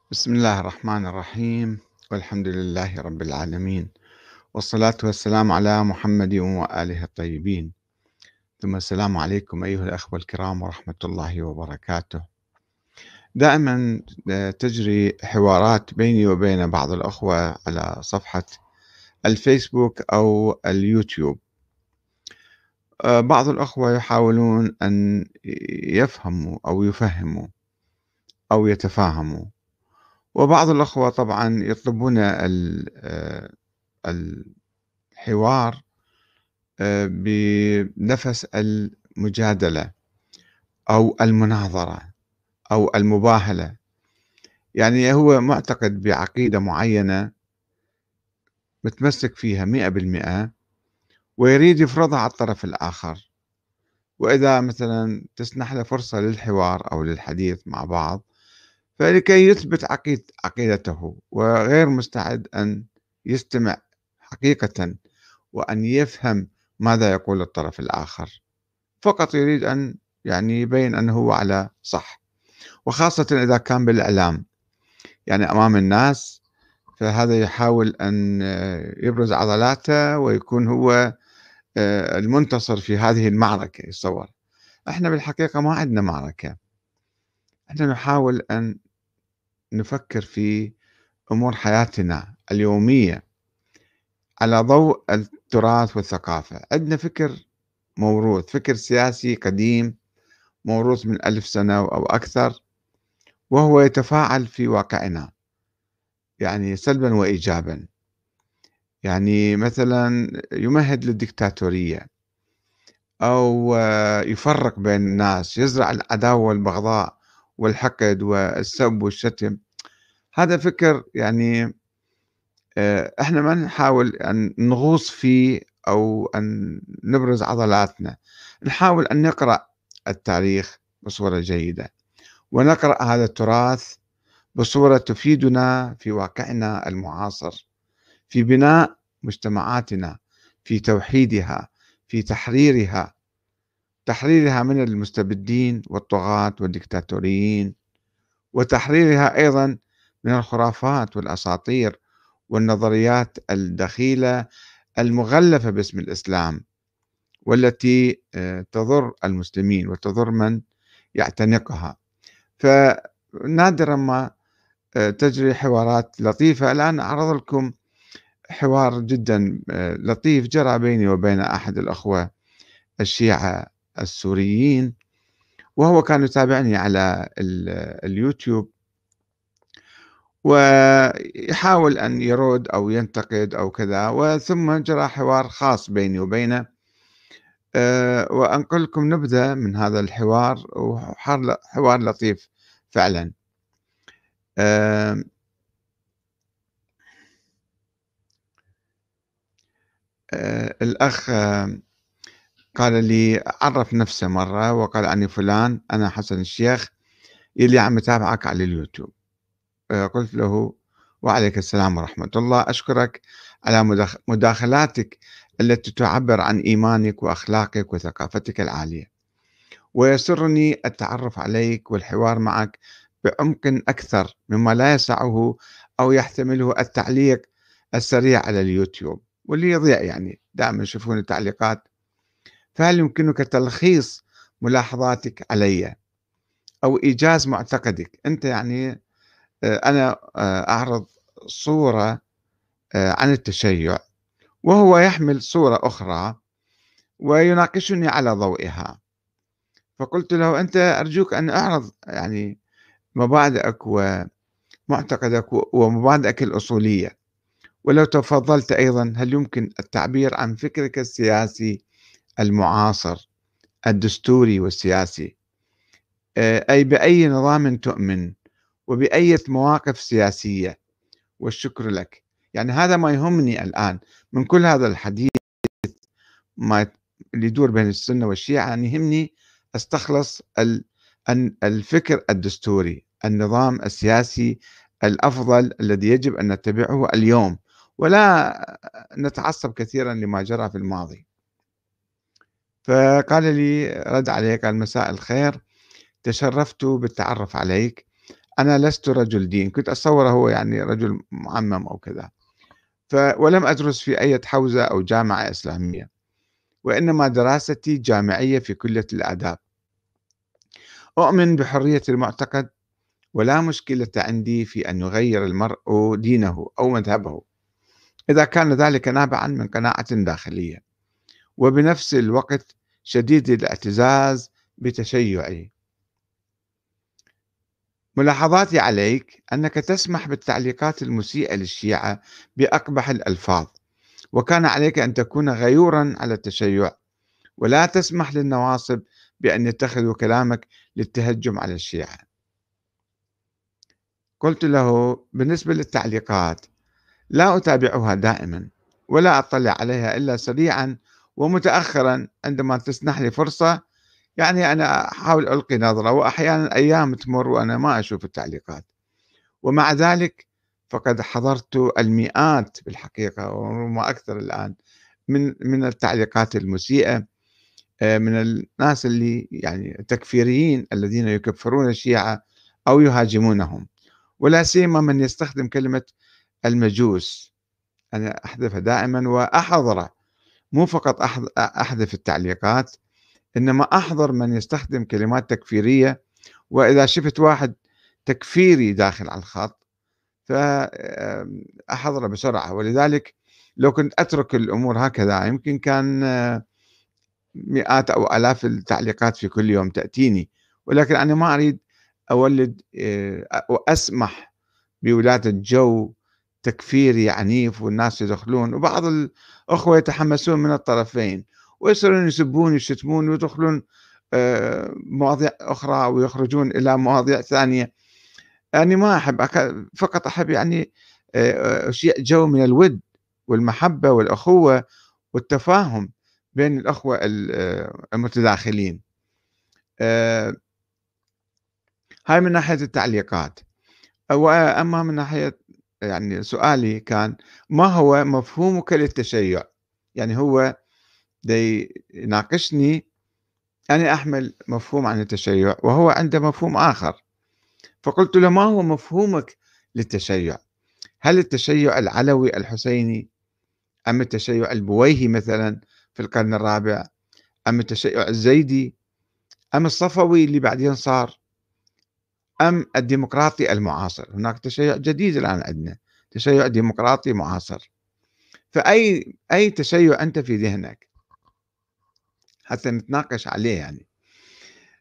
بسم الله الرحمن الرحيم، والحمد لله رب العالمين، والصلاة والسلام على محمد وآله الطيبين. ثم السلام عليكم أيها الأخوة الكرام ورحمة الله وبركاته. دائما تجري حوارات بيني وبين بعض الأخوة على صفحة الفيسبوك أو اليوتيوب. بعض الأخوة يحاولون أن يفهموا أو يفهموا أو يتفاهموا، وبعض الأخوة طبعا يطلبون الحوار بنفس المجادلة أو المناظرة أو المباهلة. يعني هو معتقد بعقيدة معينة متمسك فيها 100%، ويريد يفرضها على الطرف الآخر. وإذا مثلا تسنح له فرصة للحوار أو للحديث مع بعض، فلكي يثبت عقيدته وغير مستعد أن يستمع حقيقة وأن يفهم ماذا يقول الطرف الآخر، فقط يريد أن يعني يبين أنه هو على صح. وخاصة إذا كان بالإعلام، يعني أمام الناس، فهذا يحاول أن يبرز عضلاته ويكون هو المنتصر في هذه المعركة. يتصور احنا بالحقيقة ما عندنا معركة، احنا نحاول أن نفكر في أمور حياتنا اليومية على ضوء التراث والثقافة. عندنا فكر موروث، فكر سياسي قديم موروث من 1000 سنة أو أكثر، وهو يتفاعل في واقعنا يعني سلبا وإيجابا. يعني مثلا يمهد للديكتاتورية، أو يفرق بين الناس، يزرع العداوة والبغضاء والحقد والسب والشتم. هذا فكر يعني احنا ما نحاول أن نغوص فيه أو أن نبرز عضلاتنا. نحاول أن نقرأ التاريخ بصورة جيدة، ونقرأ هذا التراث بصورة تفيدنا في واقعنا المعاصر، في بناء مجتمعاتنا، في توحيدها، في تحريرها من المستبدين والطغاة والدكتاتوريين، وتحريرها أيضا من الخرافات والأساطير والنظريات الدخيلة المغلفة باسم الإسلام، والتي تضر المسلمين وتضر من يعتنقها. فنادرا ما تجري حوارات لطيفة. الآن أعرض لكم حوار جدا لطيف جرى بيني وبين أحد الأخوة الشيعة السوريين، وهو كان يتابعني على اليوتيوب، ويحاول أن يرد أو ينتقد أو كذا، وثم جرى حوار خاص بيني وبينه. وأنقل لكم نبذة من هذا الحوار، وحوار لطيف فعلا. آه، الأخ قال لي، عرف نفسه مرة وقال: أني فلان، أنا حسن الشيخ يلي عم يتابعك على اليوتيوب. قلت له: وعليك السلام ورحمة الله، أشكرك على مداخلاتك التي تعبر عن إيمانك وأخلاقك وثقافتك العالية، ويسرني التعرف عليك والحوار معك بعمق أكثر مما لا يسعه أو يحتمله التعليق السريع على اليوتيوب، واللي يضيع يعني دائما يشوفون التعليقات. فهل يمكنك تلخيص ملاحظاتك علي أو إيجاز معتقدك أنت؟ يعني أنا أعرض صورة عن التشيع، وهو يحمل صورة أخرى ويناقشني على ضوئها. فقلت له: أنت أرجوك أن أعرض يعني مبادئك ومعتقدك ومبادئك الأصولية، ولو تفضلت أيضا هل يمكن التعبير عن فكرك السياسي المعاصر الدستوري والسياسي، أي بأي نظام تؤمن وبأية مواقف سياسية، والشكر لك. يعني هذا ما يهمني الآن من كل هذا الحديث ما اللي يدور بين السنة والشيعة، أن يهمني أستخلص الفكر الدستوري، النظام السياسي الأفضل الذي يجب أن نتبعه اليوم، ولا نتعصب كثيرا لما جرى في الماضي. فقال لي، رد عليه قال: مساء الخير، تشرفت بالتعرف عليك. أنا لست رجل دين، كنت أتصوره هو يعني رجل معمم أو كذا. ولم أدرس في أي حوزة أو جامعة إسلامية، وإنما دراستي جامعية في كلية الآداب. أؤمن بحرية المعتقد، ولا مشكلة عندي في أن يغير المرء دينه أو مذهبه إذا كان ذلك نابعا من قناعة داخلية، وبنفس الوقت شديد الاعتزاز بتشيعي. ملاحظاتي عليك أنك تسمح بالتعليقات المسيئة للشيعة بأقبح الألفاظ، وكان عليك أن تكون غيورا على التشيع، ولا تسمح للنواصب بأن يتخذوا كلامك للتهجم على الشيعة. قلت له: بالنسبة للتعليقات، لا أتابعها دائما، ولا أطلع عليها إلا سريعا ومتأخرا عندما تسنح لي فرصة. يعني أنا أحاول ألقي نظرة، وأحيانا أيام تمر وأنا ما أشوف التعليقات. ومع ذلك فقد حضرت المئات بالحقيقة وما أكثر الآن من التعليقات المسيئة من الناس اللي يعني التكفيريين الذين يكفرون الشيعة أو يهاجمونهم، ولا سيما من يستخدم كلمة المجوس. أنا أحذفها دائما وأحضره، مو فقط أحذف التعليقات، إنما أحضر من يستخدم كلمات تكفيرية. وإذا شفت واحد تكفيري داخل على الخط فأحضره بسرعة. ولذلك لو كنت أترك الأمور هكذا يمكن كان مئات أو آلاف التعليقات في كل يوم تأتيني، ولكن أنا ما أريد أولد وأسمح بولادة جو تكفيري عنيف والناس يدخلون، وبعض الأخوة يتحمسون من الطرفين ويصيرون يسبون ويشتمون ويدخلون مواضيع أخرى ويخرجون إلى مواضيع ثانية. أنا ما أحب فقط أحب يعني أشيع جو من الود والمحبة والأخوة والتفاهم بين الأخوة المتداخلين. آه، هاي من ناحية التعليقات. وأما من ناحية يعني سؤالي كان: ما هو مفهومك للتشيع؟ يعني هو يناقشني، أنا أحمل مفهوم عن التشيع وهو عنده مفهوم آخر. فقلت له: ما هو مفهومك للتشيع؟ هل التشيع العلوي الحسيني، أم التشيع البويهي مثلا في القرن الرابع، أم التشيع الزيدي، أم الصفوي اللي بعدين صار، أم الديمقراطي المعاصر؟ هناك تشيع جديد الآن عندنا، تشيع ديمقراطي معاصر. فأي تشيع أنت في ذهنك حتى نتناقش عليه يعني.